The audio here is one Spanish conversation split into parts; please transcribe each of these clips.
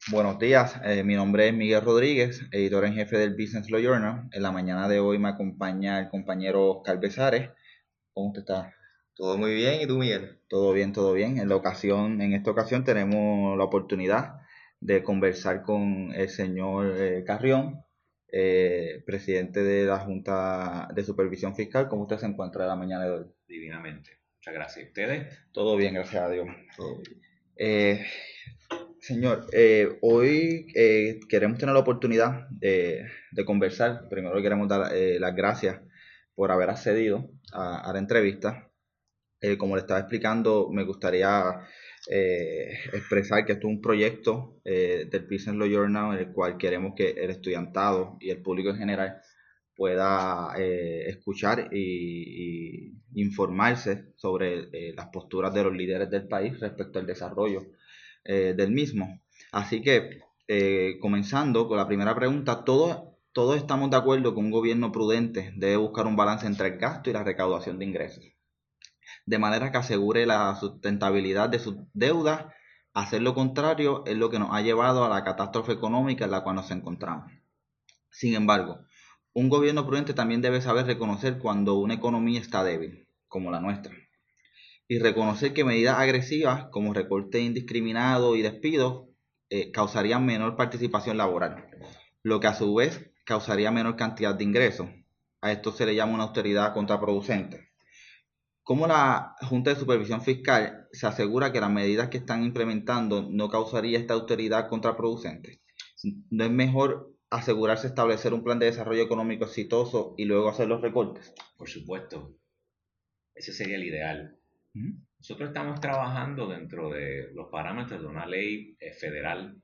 Buenos días, mi nombre es Miguel Rodríguez, editor en jefe del Business Law Journal. En la mañana de hoy me acompaña el compañero Oscar Besares. ¿Cómo usted está? Todo muy bien, ¿y tú, Miguel? Todo bien, todo bien. En esta ocasión tenemos la oportunidad de conversar con el señor Carrión, presidente de la Junta de Supervisión Fiscal. ¿Cómo usted se encuentra en la mañana de hoy? Divinamente. Muchas gracias. ¿Ustedes? Todo bien, gracias a Dios. Todo Eh, Señor, hoy queremos tener la oportunidad de conversar. Primero queremos dar las gracias por haber accedido a la entrevista. Como le estaba explicando, me gustaría expresar que esto es un proyecto del Business Law Journal en el cual queremos que el estudiantado y el público en general pueda escuchar y informarse sobre las posturas de los líderes del país respecto al desarrollo del mismo. Así que, comenzando con la primera pregunta, todos estamos de acuerdo que un gobierno prudente debe buscar un balance entre el gasto y la recaudación de ingresos, de manera que asegure la sustentabilidad de sus deudas. Hacer lo contrario es lo que nos ha llevado a la catástrofe económica en la cual nos encontramos. Sin embargo, un gobierno prudente también debe saber reconocer cuando una economía está débil, como la nuestra, y reconocer que medidas agresivas como recorte indiscriminado y despidos causarían menor participación laboral, lo que a su vez causaría menor cantidad de ingresos. A esto se le llama una austeridad contraproducente. ¿Cómo la Junta de Supervisión Fiscal se asegura que las medidas que están implementando no causaría esta austeridad contraproducente? ¿No es mejor asegurarse de establecer un plan de desarrollo económico exitoso y luego hacer los recortes? Por supuesto, ese sería el ideal. ¿Mm? Nosotros estamos trabajando dentro de los parámetros de una ley federal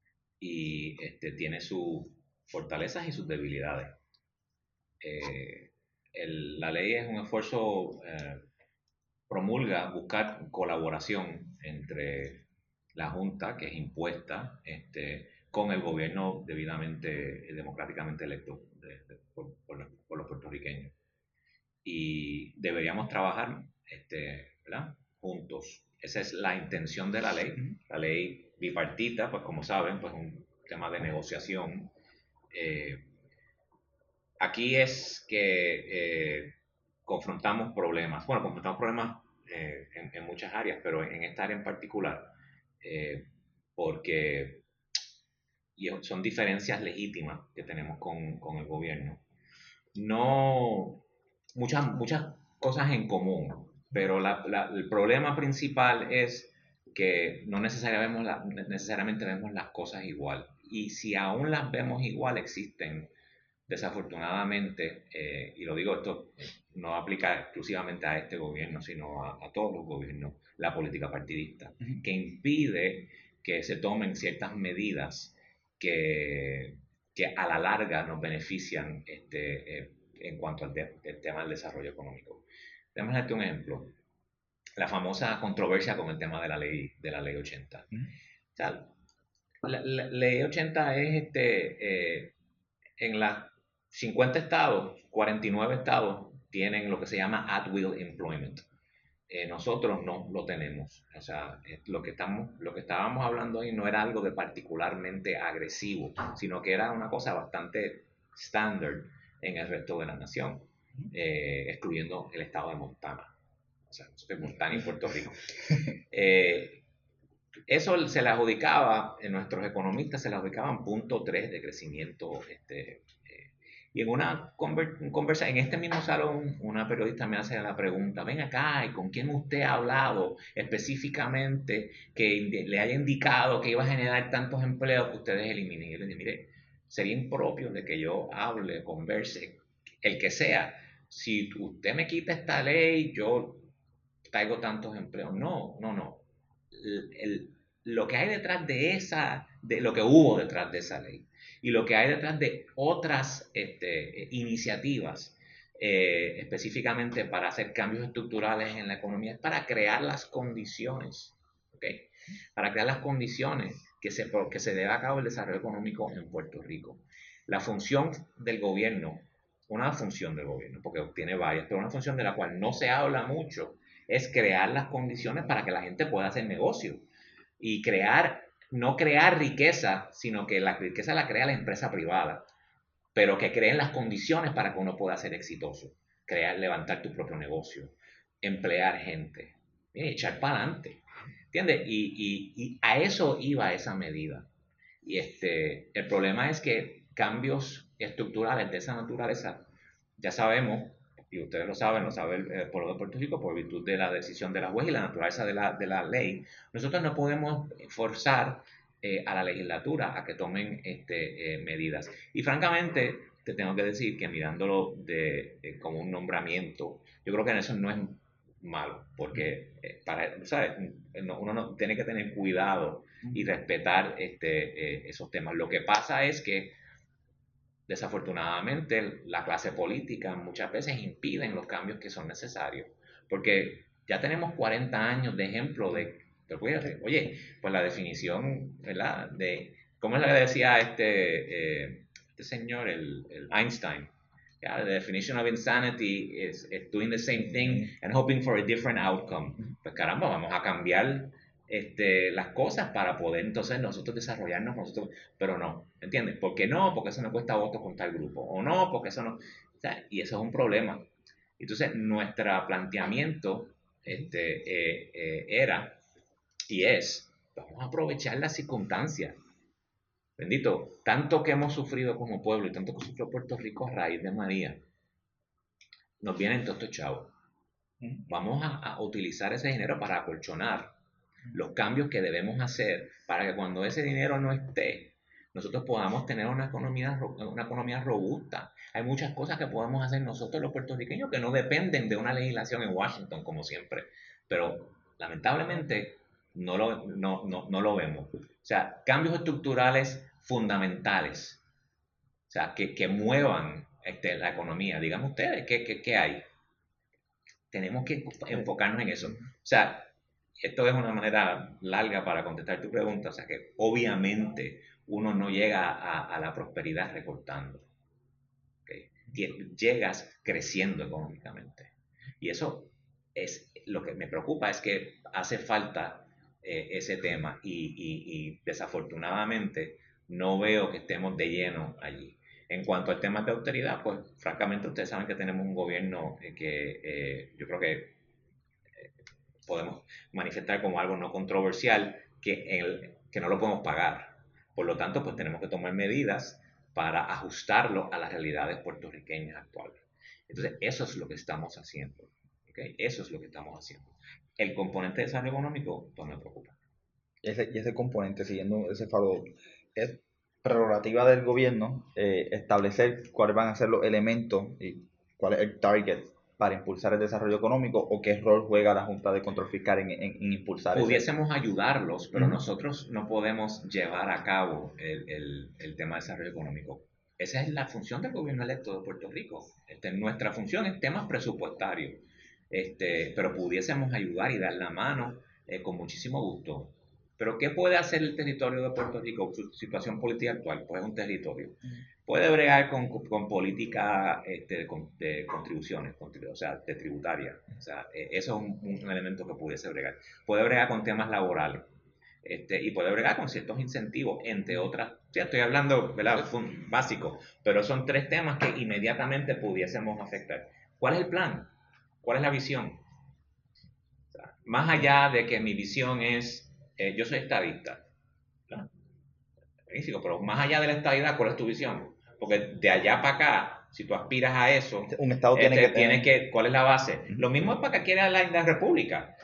y tiene sus fortalezas y sus debilidades. Eh, la ley es un esfuerzo, promulga buscar colaboración entre la Junta, que es impuesta, con el gobierno debidamente, democráticamente electo por los puertorriqueños. Y deberíamos trabajar, ¿verdad? Juntos. Esa es la intención de la ley. La ley bipartita, pues como saben, pues un tema de negociación. Eh, Aquí es que confrontamos problemas. Bueno, confrontamos problemas en muchas áreas, pero en esta área en particular, eh, porque son diferencias legítimas que tenemos con el gobierno. No, muchas cosas en común, pero el problema principal es que no necesariamente vemos las cosas igual. Y si aún las vemos igual, existen, desafortunadamente, y lo digo, esto no aplica exclusivamente a este gobierno, sino a todos los gobiernos, la política partidista, que impide que se tomen ciertas medidas que, que a la larga nos benefician en cuanto al tema del desarrollo económico. Tenemos darte un ejemplo, la famosa controversia con el tema de la ley 80. O sea, la ley 80 es en los 50 estados, 49 estados tienen lo que se llama at will employment. Nosotros no lo tenemos. O sea, lo que estábamos hablando ahí no era algo de particularmente agresivo, sino que era una cosa bastante estándar en el resto de la nación, excluyendo el estado de Montana. O sea, Montana y Puerto Rico. Eso se le adjudicaba, nuestros economistas se le adjudicaban 0.3 de crecimiento. Y en una conversa, en este mismo salón, una periodista me hace la pregunta, ven acá, ¿y con quién usted ha hablado específicamente que le haya indicado que iba a generar tantos empleos que ustedes eliminen? Y yo le dije, mire, sería impropio de que yo hable, converse, el que sea. Si usted me quita esta ley, yo traigo tantos empleos. No, no, no. Lo que hay detrás de lo que hubo detrás de esa ley y lo que hay detrás de otras iniciativas, específicamente para hacer cambios estructurales en la economía, es para crear las condiciones, ¿okay? Para crear las condiciones que se lleve a cabo el desarrollo económico en Puerto Rico. La función del gobierno, una función del gobierno, porque tiene varias, pero una función de la cual no se habla mucho, es crear las condiciones para que la gente pueda hacer negocio y crear no crear riqueza, sino que la riqueza la crea la empresa privada, pero que creen las condiciones para que uno pueda ser exitoso, levantar tu propio negocio, emplear gente, echar para adelante, ¿entiendes? Y a eso iba esa medida. Y el problema es que cambios estructurales de esa naturaleza, ya sabemos, y ustedes lo sabe el pueblo de Puerto Rico por virtud de la decisión de la juez y la naturaleza de la ley, nosotros no podemos forzar a la legislatura a que tomen medidas. Y francamente, te tengo que decir que mirándolo como un nombramiento, yo creo que eso no es malo, porque ¿sabes? Uno no, tiene que tener cuidado y respetar esos temas. Lo que pasa es que desafortunadamente la clase política muchas veces impiden los cambios que son necesarios, porque ya tenemos 40 años de ejemplo oye, pues la definición, ¿verdad? ¿Cómo es la que decía este señor, el Einstein? Yeah, the definition of insanity is doing the same thing and hoping for a different outcome. Pues caramba, vamos a cambiar las cosas para poder entonces nosotros desarrollarnos nosotros, pero no, ¿entiendes? ¿Por qué no? Porque eso me cuesta votos con tal grupo, o no, porque eso no, o sea, y eso es un problema. Entonces, nuestro planteamiento era y es, vamos a aprovechar las circunstancias. Bendito, tanto que hemos sufrido como pueblo y tanto que sufrió Puerto Rico a raíz de María, nos vienen todos estos chavos. Vamos a utilizar ese dinero para acolchonar los cambios que debemos hacer para que cuando ese dinero no esté, nosotros podamos tener una economía robusta. Hay muchas cosas que podemos hacer nosotros los puertorriqueños que no dependen de una legislación en Washington, como siempre. Pero lamentablemente no lo vemos. O sea, cambios estructurales fundamentales. O sea, que muevan la economía. Díganme ustedes, ¿qué hay? Tenemos que enfocarnos en eso. O sea, esto es una manera larga para contestar tu pregunta. O sea, que obviamente uno no llega a la prosperidad recortando. ¿Okay? Llegas creciendo económicamente. Y eso es lo que me preocupa, es que hace falta ese tema y desafortunadamente no veo que estemos de lleno allí. En cuanto al tema de austeridad, pues francamente ustedes saben que tenemos un gobierno que yo creo que podemos manifestar como algo no controversial, que no lo podemos pagar. Por lo tanto, pues tenemos que tomar medidas para ajustarlo a las realidades puertorriqueñas actuales. Entonces, eso es lo que estamos haciendo. ¿Okay? Eso es lo que estamos haciendo. El componente de desarrollo económico, pues me preocupa. Y ese componente, siguiendo ese faro, es prerrogativa del gobierno establecer cuáles van a ser los elementos y cuál es el target para impulsar el desarrollo económico, o qué rol juega la Junta de Control Fiscal en impulsar Pudiésemos ayudarlos, pero nosotros no podemos llevar a cabo el tema de desarrollo económico. Esa es la función del gobierno electo de Puerto Rico. Nuestra función es temas presupuestarios, pero pudiésemos ayudar y dar la mano con muchísimo gusto. Pero ¿qué puede hacer el territorio de Puerto Rico? Su situación política actual, pues es un territorio. Puede bregar con política de contribuciones, o sea, de tributaria. O sea, eso es un elemento que pudiese bregar. Puede bregar con temas laborales. Y puede bregar con ciertos incentivos, entre otras. Ya estoy hablando, ¿verdad? Básico, pero son tres temas que inmediatamente pudiésemos afectar. ¿Cuál es el plan? ¿Cuál es la visión? O sea, más allá de que mi visión es, yo soy estadista, ¿no? Pero más allá de la estadidad, ¿cuál es tu visión? Porque de allá para acá, si tú aspiras a eso, un Estado tiene que ¿cuál es la base? Lo mismo es para que quiera la república.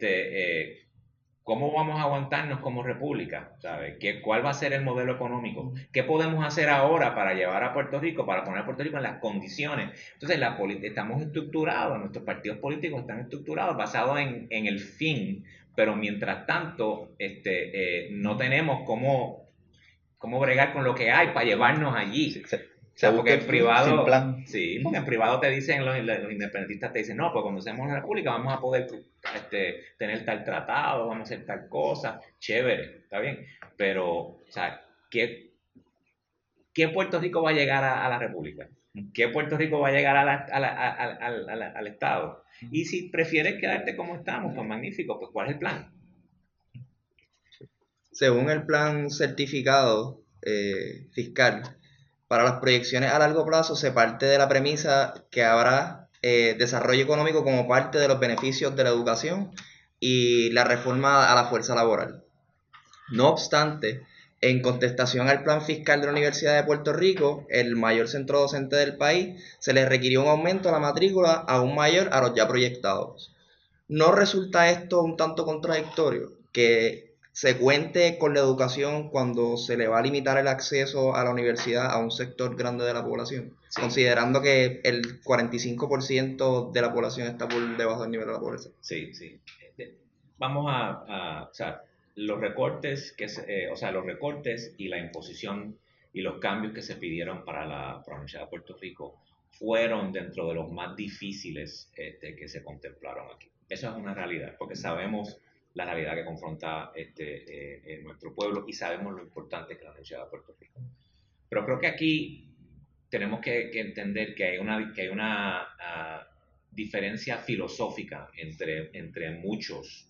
¿Cómo vamos a aguantarnos como república? ¿Sabes? ¿Cuál va a ser el modelo económico? ¿Qué podemos hacer ahora para llevar a Puerto Rico, para poner a Puerto Rico en las condiciones? Entonces, estamos estructurados, nuestros partidos políticos están estructurados basados en el fin, pero mientras tanto no tenemos cómo bregar con lo que hay para llevarnos allí. Sí, o sea, porque en privado, sin plan. Sí, porque en privado te dicen, los independentistas te dicen, no, pues cuando seamos una república vamos a poder tener tal tratado, vamos a hacer tal cosa, chévere, está bien, pero, o sea, ¿qué Puerto Rico va a llegar a la república? ¿Qué Puerto Rico va a llegar al Estado? Y si prefieres quedarte como estamos, pues magnífico, pues ¿cuál es el plan? según el plan certificado fiscal, para las proyecciones a largo plazo se parte de la premisa que habrá desarrollo económico como parte de los beneficios de la educación y la reforma a la fuerza laboral. No obstante, en contestación al plan fiscal de la Universidad de Puerto Rico, el mayor centro docente del país, se le requirió un aumento a la matrícula aún mayor a los ya proyectados. ¿No resulta esto un tanto contradictorio? Que se cuente con la educación cuando se le va a limitar el acceso a la universidad a un sector grande de la población, Sí. considerando que el 45% de la población está por debajo del nivel de la pobreza. Sí, sí. Vamos o sea, los recortes los recortes y la imposición y los cambios que se pidieron para la Universidad de Puerto Rico fueron dentro de los más difíciles que se contemplaron aquí. Eso es una realidad, porque sabemos la realidad que confronta nuestro pueblo y sabemos lo importante que es la Universidad de Puerto Rico. Pero creo que aquí tenemos que entender que hay una diferencia filosófica entre muchos.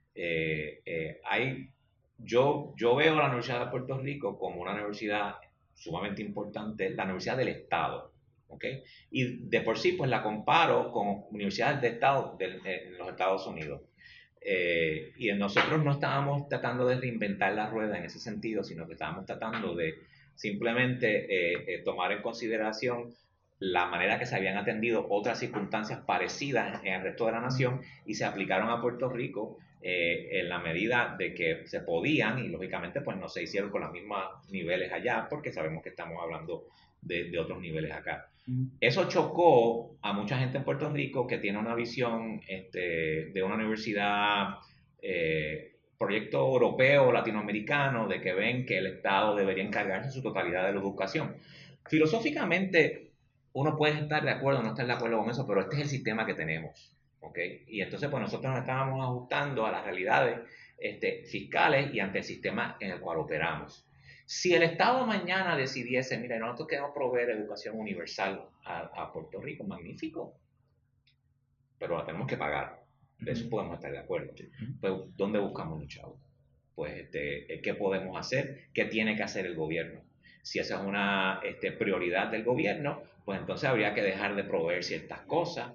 Yo veo a la Universidad de Puerto Rico como una universidad sumamente importante, la Universidad del Estado, ¿ok? Y de por sí, pues la comparo con universidades de Estado en los Estados Unidos. Y nosotros no estábamos tratando de reinventar la rueda en ese sentido, sino que estábamos tratando de simplemente tomar en consideración la manera que se habían atendido otras circunstancias parecidas en el resto de la nación y se aplicaron a Puerto Rico en la medida de que se podían, y lógicamente pues no se hicieron con los mismos niveles allá porque sabemos que estamos hablando de otros niveles acá. Eso chocó a mucha gente en Puerto Rico que tiene una visión de una universidad, proyecto europeo o latinoamericano, de que ven que el Estado debería encargarse en su totalidad de la educación. Filosóficamente, uno puede estar de acuerdo o no estar de acuerdo con eso, pero este es el sistema que tenemos, ¿ok? Y entonces, pues nosotros nos estábamos ajustando a las realidades fiscales y ante el sistema en el cual operamos. Si el Estado mañana decidiese, mira, nosotros queremos proveer educación universal a Puerto Rico, magnífico, pero la tenemos que pagar. De eso podemos estar de acuerdo. Pues, ¿dónde buscamos los chavos? Pues, ¿qué podemos hacer? ¿Qué tiene que hacer el gobierno? Si esa es una prioridad del gobierno, pues entonces habría que dejar de proveer ciertas cosas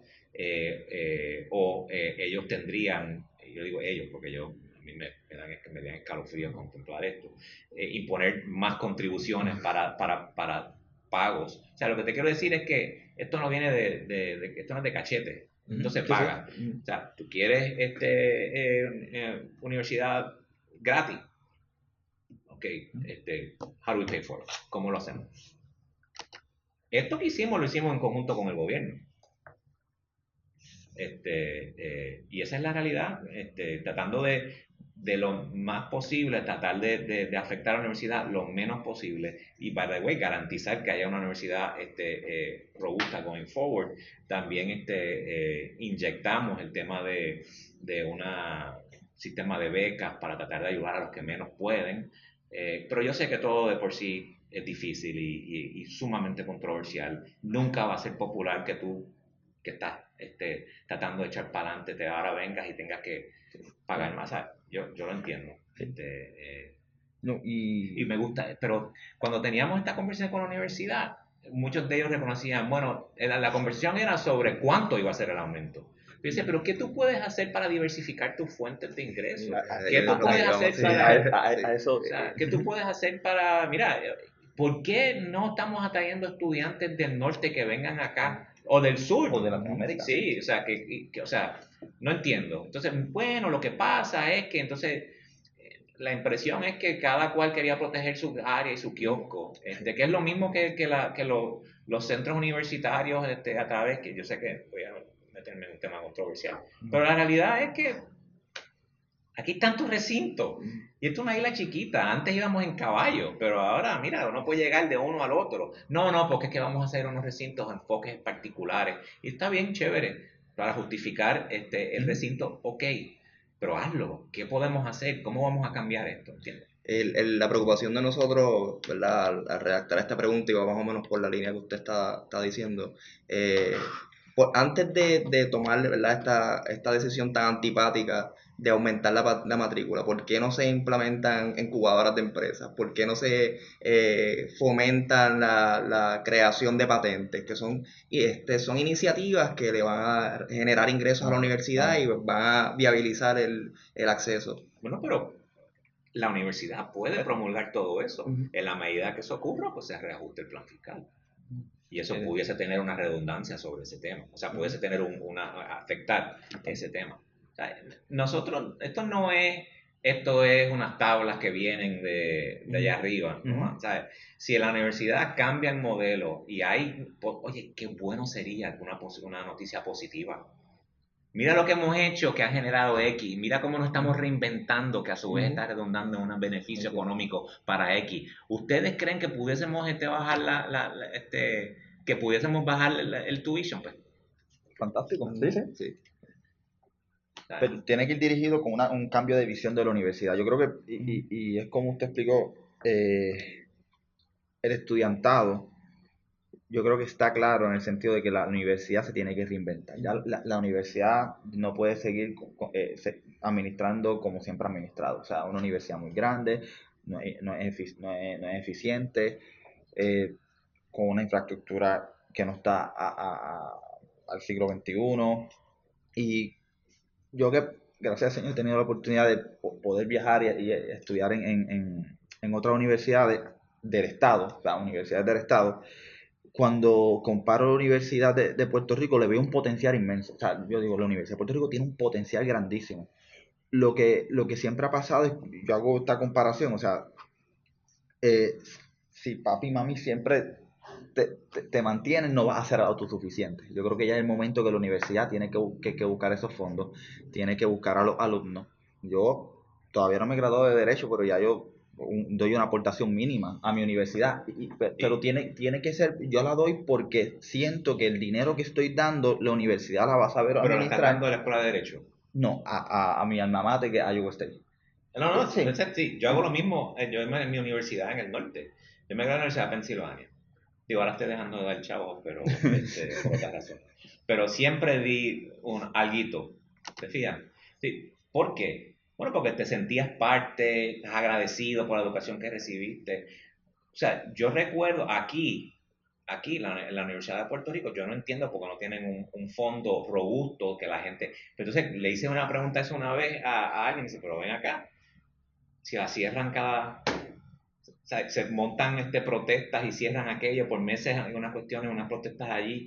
o ellos tendrían, yo digo ellos porque a mí me dan escalofríos contemplar esto, imponer más contribuciones para pagos. O sea, lo que te quiero decir es que esto no viene esto no es de cachete. Entonces paga. O sea, tú quieres universidad gratis. Ok, how do we pay for it? ¿Cómo lo hacemos? Esto que hicimos lo hicimos en conjunto con el gobierno. Y esa es la realidad, tratando de lo más posible, tratar de afectar a la universidad lo menos posible y, by the way, garantizar que haya una universidad robusta going forward. También inyectamos el tema de un sistema de becas para tratar de ayudar a los que menos pueden, pero yo sé que todo de por sí es difícil y sumamente controversial. Nunca va a ser popular que tú, que estás tratando de echar para adelante, te ahora vengas y tengas que pagar más. Yo lo entiendo. Y me gusta, pero cuando teníamos esta conversación con la universidad, muchos de ellos reconocían, bueno, la conversación era sobre cuánto iba a ser el aumento. Yo decía, pero ¿qué tú puedes hacer para diversificar tus fuentes de ingresos? ¿Qué tú puedes hacer para... ¿Qué tú puedes hacer para... Mira, ¿por qué no estamos atrayendo estudiantes del norte que vengan acá? O del sur. O de Latinoamérica. Sí, o sea, o sea, no entiendo. Entonces, bueno, lo que pasa es que entonces la impresión es que cada cual quería proteger su área y su kiosco, que es lo mismo que los centros universitarios a través, que yo sé que voy a meterme en un tema controversial, pero la realidad es que aquí hay tantos recintos y esto es una isla chiquita. Antes íbamos en caballo, pero ahora, mira, uno puede llegar de uno al otro. No, porque es que vamos a hacer unos recintos, enfoques particulares. Y está bien chévere para justificar el recinto, ok, pero hazlo. ¿Qué podemos hacer? ¿Cómo vamos a cambiar esto? ¿Entiendes? La preocupación de nosotros, ¿verdad? Al redactar esta pregunta, y va más o menos por la línea que usted está diciendo, antes de tomar, ¿verdad? esta decisión tan antipática de aumentar la matrícula? ¿Por qué no se implementan incubadoras de empresas? ¿Por qué no se fomentan la creación de patentes? Que son iniciativas que le van a generar ingresos a la universidad y van a viabilizar el acceso. Bueno, pero la universidad puede promulgar todo eso. Ujú. En la medida que eso ocurra, pues se reajuste el plan fiscal. Y eso pudiese tener una redundancia sobre ese tema. O sea, pudiese tener afectar ese tema. O sea, nosotros, esto es unas tablas que vienen de allá arriba, ¿no? O sea, si en la universidad cambian modelo y oye, qué bueno sería una noticia positiva. Mira lo que hemos hecho que ha generado X, mira cómo nos estamos reinventando, que a su vez está redundando en un beneficio económico para X. ¿Ustedes creen que pudiésemos bajar que pudiésemos bajar el tuition? Pues, fantástico, sí. ¿sabes? Pero tiene que ir dirigido con un cambio de visión de la universidad. Yo creo que, y es como usted explicó, el estudiantado, yo creo que está claro en el sentido de que la universidad se tiene que reinventar. Ya la universidad no puede seguir administrando como siempre ha administrado. O sea, una universidad muy grande, no es eficiente, con una infraestructura que no está al siglo XXI. Y yo que, gracias al Señor, he tenido la oportunidad de poder viajar y estudiar en otras universidades del Estado, o sea, universidades del Estado. Cuando comparo la Universidad de Puerto Rico, le veo un potencial inmenso. O sea, yo digo, la Universidad de Puerto Rico tiene un potencial grandísimo. Lo que siempre ha pasado es, yo hago esta comparación, o sea, si papi y mami siempre te mantienen, no vas a ser autosuficiente. Yo creo que ya es el momento que la universidad tiene que buscar esos fondos, tiene que buscar a los alumnos. Yo todavía no me he graduado de Derecho, pero ya yo doy una aportación mínima a mi universidad, pero tiene que ser, yo la doy porque siento que el dinero que estoy dando, la universidad la va a saber ¿Pero la administrar. estás dando a la escuela de Derecho? No, a mi alma mater, que es Iowa State. No, sí, yo hago lo mismo, yo en mi universidad en el norte. Yo me gradué en la Universidad de Pensilvania. Digo, ahora estoy dejando de dar chavos, pero por otra razón. Pero siempre di alguito, ¿te fijas? Sí. ¿Por qué? Bueno, porque te sentías parte, estás agradecido por la educación que recibiste. O sea, yo recuerdo aquí en la Universidad de Puerto Rico, yo no entiendo por qué no tienen un fondo robusto que la gente... Entonces le hice una pregunta eso una vez a alguien y dice, pero ven acá, si la cierran o sea, se montan protestas y cierran aquello por meses, hay unas cuestiones, unas protestas allí.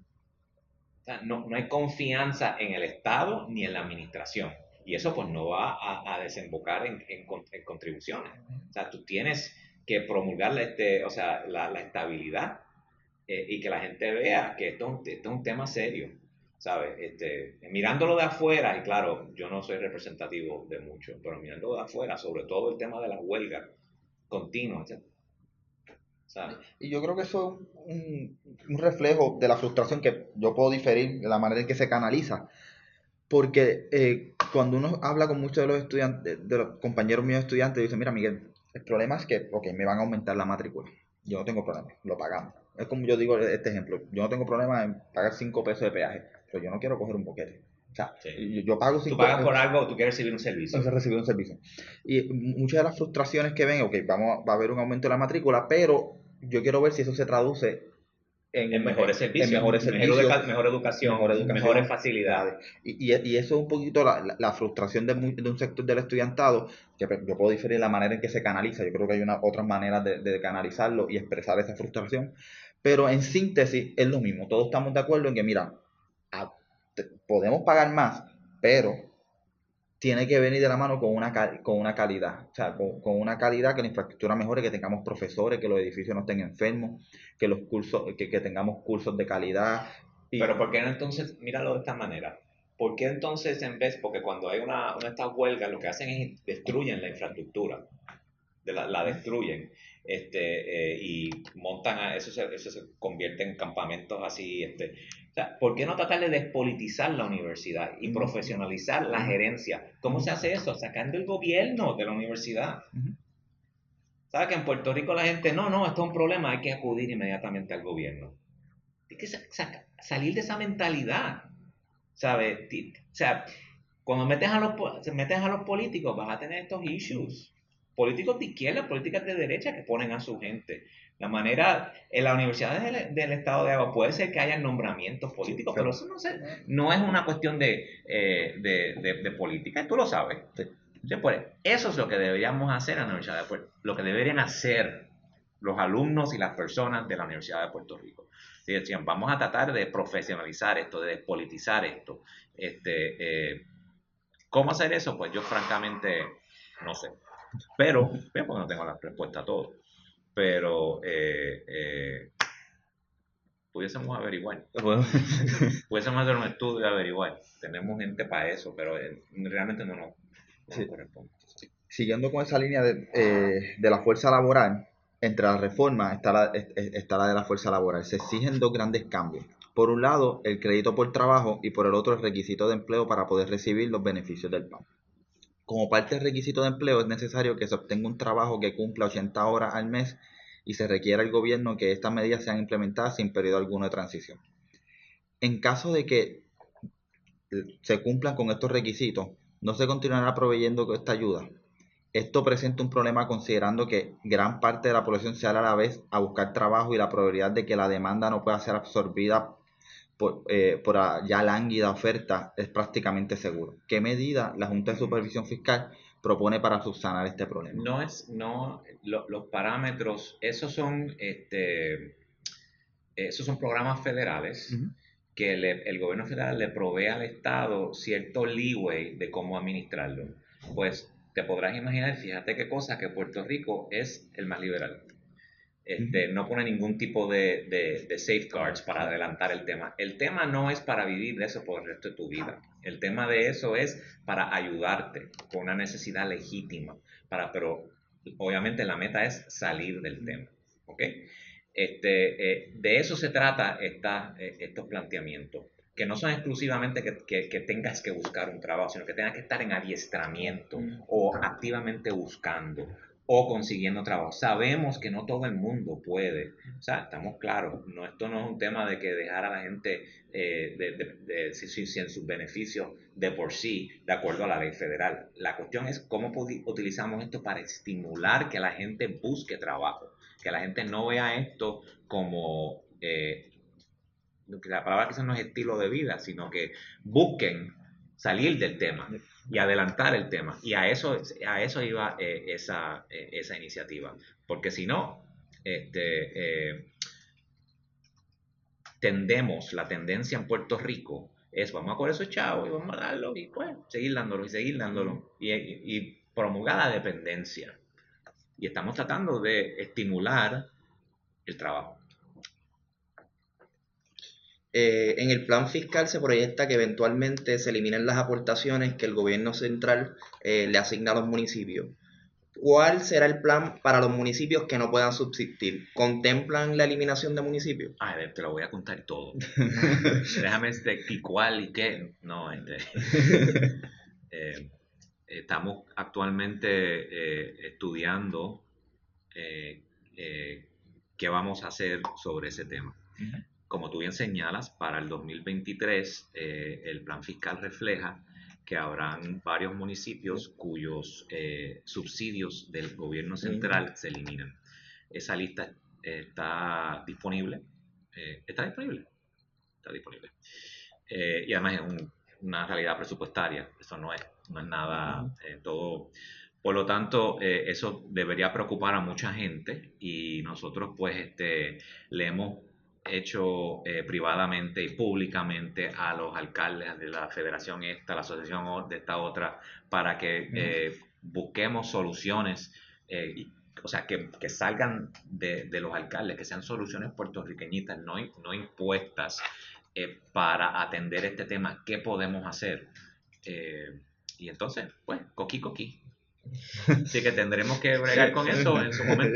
O sea, no hay confianza en el Estado ni en la administración. Y eso pues no va a desembocar en contribuciones. O sea, tú tienes que promulgar o sea, la estabilidad y que la gente vea que esto es un tema serio. ¿Sabes? Mirándolo de afuera, y claro, yo no soy representativo de mucho, pero mirándolo de afuera, sobre todo el tema de las huelgas continuas, ¿sabes? Y yo creo que eso es un reflejo de la frustración que yo puedo diferir de la manera en que se canaliza. Porque cuando uno habla con muchos de los estudiantes, de los compañeros míos estudiantes, dicen, mira Miguel, el problema es que, ok, me van a aumentar la matrícula. Yo no tengo problema, lo pagamos. Es como yo digo este ejemplo, yo no tengo problema en pagar 5 pesos de peaje, pero yo no quiero coger un boquete. O sea, Sí. yo pago 5 Tú pagas pesos. por algo, tú quieres recibir un servicio. Entonces recibir un servicio. Y muchas de las frustraciones que ven, ok, va a haber un aumento de la matrícula, pero yo quiero ver si eso se traduce en mejores servicios, mejor educación, mejores facilidades. Y eso es un poquito la frustración de un sector del estudiantado, que yo puedo diferir la manera en que se canaliza. Yo creo que hay otras maneras de canalizarlo y expresar esa frustración. Pero en síntesis es lo mismo. Todos estamos de acuerdo en que, mira, podemos pagar más, pero tiene que venir de la mano con una calidad, o sea, con una calidad, que la infraestructura mejore, que tengamos profesores, que los edificios no estén enfermos, que los cursos, que tengamos cursos de calidad. Pero ¿por qué no entonces, míralo de esta manera? ¿Por qué entonces porque cuando hay una de estas huelgas lo que hacen es destruyen la infraestructura, la destruyen, y montan, eso se convierte en campamentos así, o sea, ¿por qué no tratar de despolitizar la universidad y profesionalizar la gerencia? ¿Cómo se hace eso? Sacando el gobierno de la universidad. ¿Sabes que en Puerto Rico la gente, no, esto es un problema, hay que acudir inmediatamente al gobierno? Hay que salir de esa mentalidad, ¿sabes? O sea, Cuando metes a los políticos, vas a tener estos issues. Políticos de izquierda, políticos de derecha que ponen a su gente. La manera, en las universidades del estado de Agua puede ser que haya nombramientos políticos, pero eso no es una cuestión de política, y tú lo sabes. Entonces, pues, eso es lo que deberíamos hacer en la Universidad de Puerto Rico, lo que deberían hacer los alumnos y las personas de la Universidad de Puerto Rico. Decían, vamos a tratar de profesionalizar esto, de despolitizar esto. ¿Cómo hacer eso? Pues yo francamente no sé. Pero, porque no tengo la respuesta a todo. Pero pudiésemos averiguar. Bueno, Pudiésemos hacer un estudio y averiguar. Tenemos gente para eso, pero realmente no nos Sí. corresponde. Siguiendo con esa línea de la fuerza laboral, entre las reformas está la de la fuerza laboral. Se exigen dos grandes cambios. Por un lado, el crédito por trabajo y por el otro, el requisito de empleo para poder recibir los beneficios del PAN. Como parte del requisito de empleo, es necesario que se obtenga un trabajo que cumpla 80 horas al mes y se requiere al gobierno que estas medidas sean implementadas sin periodo alguno de transición. En caso de que se cumplan con estos requisitos, no se continuará proveyendo esta ayuda. Esto presenta un problema considerando que gran parte de la población sale a la vez a buscar trabajo y la probabilidad de que la demanda no pueda ser absorbida por ya lánguida oferta es prácticamente seguro. ¿Qué medida la Junta de Supervisión Fiscal propone para subsanar este problema? Los parámetros, esos son programas federales. Uh-huh. Que el gobierno federal le provee al Estado cierto leeway de cómo administrarlo. Pues te podrás imaginar, fíjate qué cosa, que Puerto Rico es el más liberal. No pone ningún tipo de safeguards para adelantar el tema. El tema no es para vivir de eso por el resto de tu vida. El tema de eso es para ayudarte con una necesidad legítima. Pero obviamente la meta es salir del tema. ¿Ok? De eso se trata estos planteamientos, que no son exclusivamente que tengas que buscar un trabajo, sino que tengas que estar en adiestramiento o activamente buscando o consiguiendo trabajo. Sabemos que no todo el mundo puede, o sea, estamos claros, esto no es un tema de que dejar a la gente sin sus beneficios de por sí, de acuerdo a la ley federal. La cuestión es cómo utilizamos esto para estimular que la gente busque trabajo, que la gente no vea esto como, la palabra quizás no es estilo de vida, sino que busquen salir del tema y adelantar el tema. Y a eso iba esa iniciativa. Porque si no, la tendencia en Puerto Rico es vamos a coger esos chavos y vamos a darlo y pues seguir dándolo y promulgar la dependencia. Y estamos tratando de estimular el trabajo. En el plan fiscal se proyecta que eventualmente se eliminen las aportaciones que el gobierno central le asigna a los municipios. ¿Cuál será el plan para los municipios que no puedan subsistir? ¿Contemplan la eliminación de municipios? Te lo voy a contar todo. Déjame y cuál y qué. No, estamos actualmente estudiando qué vamos a hacer sobre ese tema. Uh-huh. Como tú bien señalas, para el 2023 el plan fiscal refleja que habrán varios municipios cuyos subsidios del gobierno central se eliminan. Esa lista está disponible. Está disponible. Y además es una realidad presupuestaria. Eso no es nada todo. Por lo tanto, eso debería preocupar a mucha gente y nosotros pues le hemos hecho privadamente y públicamente a los alcaldes de la federación la asociación de esta otra, para que busquemos soluciones, o sea, que salgan de los alcaldes, que sean soluciones puertorriqueñitas, no impuestas, para atender este tema. ¿Qué podemos hacer? Y entonces, pues, coqui. Así que tendremos que bregar con eso en su momento.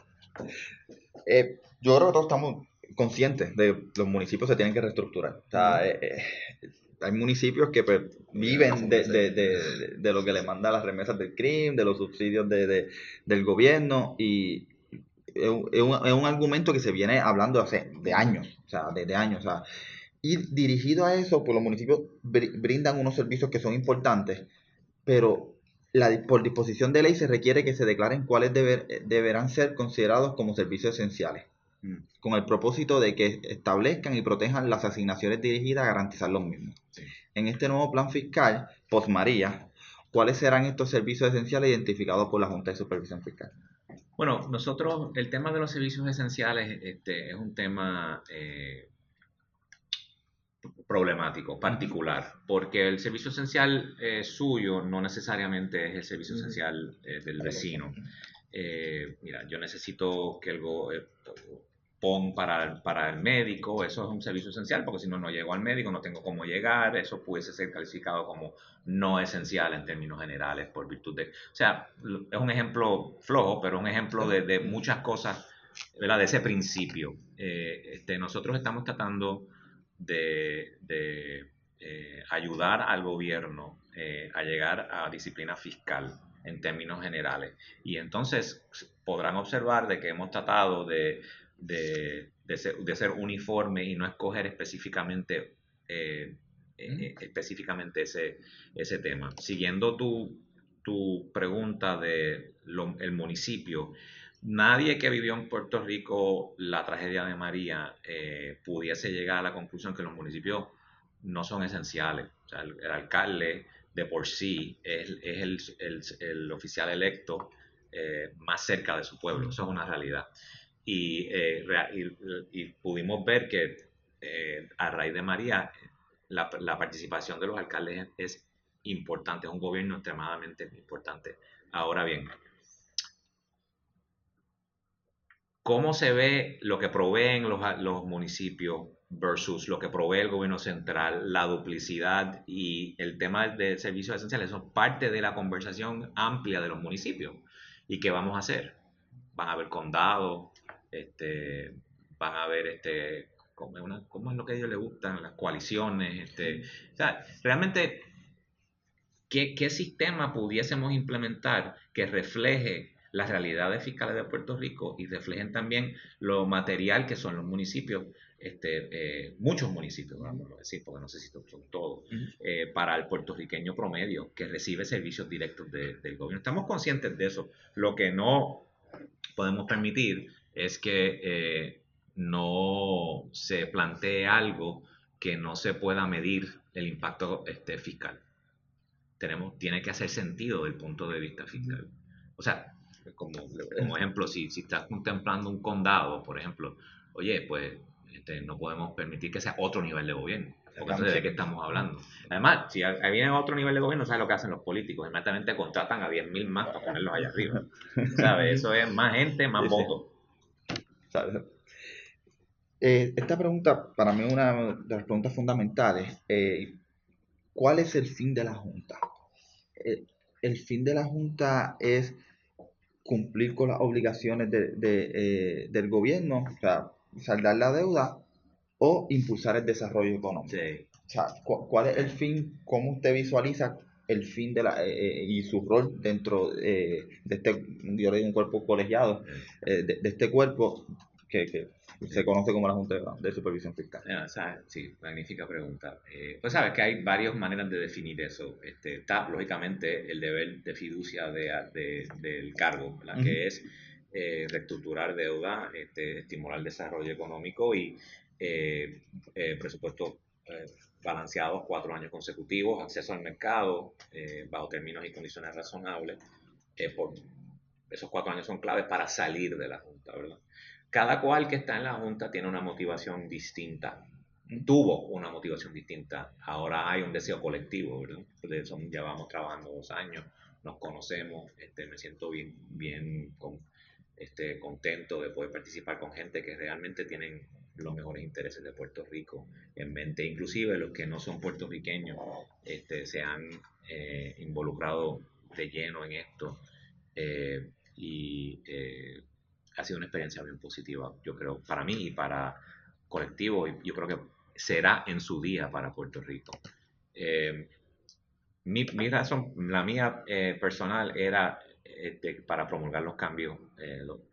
Yo creo que todos estamos conscientes de que los municipios se tienen que reestructurar. O sea, hay municipios que pues, viven de lo que les manda las remesas del crimen, de los subsidios del gobierno, y es un argumento que se viene hablando de años, o sea, desde años. O sea, Y dirigido a eso, pues los municipios brindan unos servicios que son importantes, pero por disposición de ley se requiere que se declaren cuáles deberán ser considerados como servicios esenciales, con el propósito de que establezcan y protejan las asignaciones dirigidas a garantizar los mismos. Sí. En este nuevo plan fiscal, post-María, ¿cuáles serán estos servicios esenciales identificados por la Junta de Supervisión Fiscal? Bueno, nosotros, el tema de los servicios esenciales es un tema problemático, particular, porque el servicio esencial suyo no necesariamente es el servicio esencial del vecino. Mira, yo necesito que PON para el médico, eso es un servicio esencial, porque si no, no llego al médico, no tengo cómo llegar, eso pudiese ser calificado como no esencial en términos generales, por virtud de... O sea, es un ejemplo flojo, pero un ejemplo de muchas cosas, ¿verdad? De ese principio. Nosotros estamos tratando de ayudar al gobierno a llegar a disciplina fiscal en términos generales. Y entonces podrán observar de que hemos tratado de ser uniforme y no escoger específicamente ese tema. Siguiendo tu pregunta de el municipio, nadie que vivió en Puerto Rico la tragedia de María pudiese llegar a la conclusión que los municipios no son esenciales. O sea, el alcalde de por sí es el oficial electo más cerca de su pueblo. Eso es una realidad. Y pudimos ver que a raíz de María la participación de los alcaldes es importante, es un gobierno extremadamente importante. Ahora bien, ¿cómo se ve lo que proveen los municipios versus lo que provee el gobierno central, la duplicidad y el tema de servicios esenciales? Son parte de la conversación amplia de los municipios. ¿Y qué vamos a hacer? Van a haber condados, van a haber ¿cómo es lo que a ellos les gustan? Las coaliciones, o sea, realmente, ¿qué sistema pudiésemos implementar que refleje las realidades fiscales de Puerto Rico y reflejen también lo material que son los municipios, muchos municipios, vamos a decir, porque no sé si son todos, para el puertorriqueño promedio que recibe servicios directos del gobierno? Estamos conscientes de eso. Lo que no podemos permitir es que no se plantee algo que no se pueda medir el impacto fiscal. Tiene que hacer sentido desde el punto de vista fiscal. O sea, como ejemplo, si estás contemplando un condado, por ejemplo, oye, pues no podemos permitir que sea otro nivel de gobierno. Porque entonces, ¿de qué estamos hablando? Además, si viene otro nivel de gobierno, ¿sabes lo que hacen los políticos? Inmediatamente contratan a 10.000 más para ponerlos allá arriba. ¿Sabes? Eso es más gente, más votos. Esta pregunta, para mí, es una de las preguntas fundamentales. ¿Cuál es el fin de la Junta? El fin de la Junta es cumplir con las obligaciones del gobierno, o sea, saldar la deuda o impulsar el desarrollo económico. Sí. O sea, ¿cuál es el fin? ¿Cómo usted visualiza el fin y su rol dentro de este, yo le digo un cuerpo colegiado, de este cuerpo que se conoce como la Junta de Supervisión Fiscal? Sí, magnífica pregunta. Pues sabes que hay varias maneras de definir eso. Está, lógicamente, el deber de fiducia del cargo, ¿verdad? Que es reestructurar deuda, estimular el desarrollo económico y presupuestos balanceados 4 años consecutivos, acceso al mercado bajo términos y condiciones razonables. Esos 4 años son claves para salir de la Junta, ¿verdad? Cada cual que está en la Junta tiene una motivación distinta. Tuvo una motivación distinta. Ahora hay un deseo colectivo, ¿verdad? Ya vamos trabajando 2 años, nos conocemos, me siento bien contento de poder participar con gente que realmente tienen los mejores intereses de Puerto Rico en mente. Inclusive los que no son puertorriqueños se han involucrado de lleno en esto. Ha sido una experiencia bien positiva, yo creo, para mí y para colectivo, y yo creo que será en su día para Puerto Rico. Mi razón, la mía personal, era para promulgar los cambios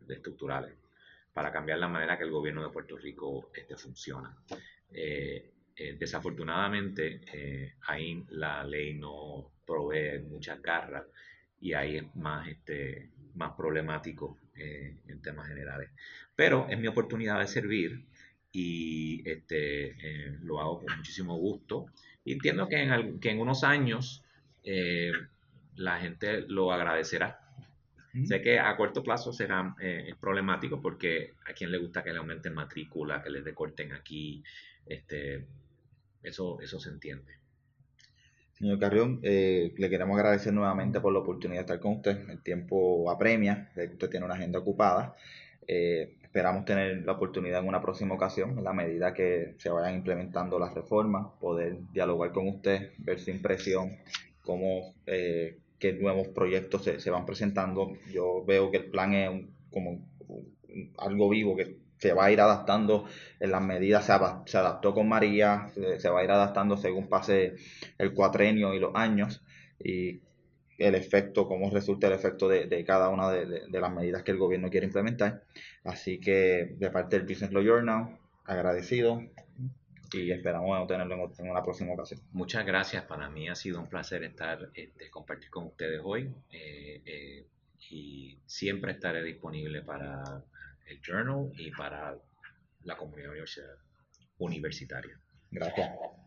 estructurales, para cambiar la manera que el gobierno de Puerto Rico funciona. Desafortunadamente, ahí la ley no provee muchas garras y ahí es más problemático en temas generales. Pero es mi oportunidad de servir y lo hago con muchísimo gusto. Y entiendo que en unos años la gente lo agradecerá. Sé que a corto plazo será problemático porque a quien le gusta que le aumenten matrícula, que les recorten aquí, este, eso se entiende. Señor Carrión, le queremos agradecer nuevamente por la oportunidad de estar con usted. El tiempo apremia, sé que usted tiene una agenda ocupada. Esperamos tener la oportunidad en una próxima ocasión, en la medida que se vayan implementando las reformas, poder dialogar con usted, ver su impresión, cómo, qué nuevos proyectos se van presentando. Yo veo que el plan es algo vivo que se va a ir adaptando en las medidas, se adaptó con María, se va a ir adaptando según pase el cuatrenio y los años y el efecto, cómo resulta el efecto de cada una de las medidas que el gobierno quiere implementar. Así que de parte del Business Law Journal, agradecido y esperamos tenerlo en una próxima ocasión. Muchas gracias, para mí ha sido un placer compartir con ustedes hoy y siempre estaré disponible para el Journal y para la comunidad universitaria. Gracias.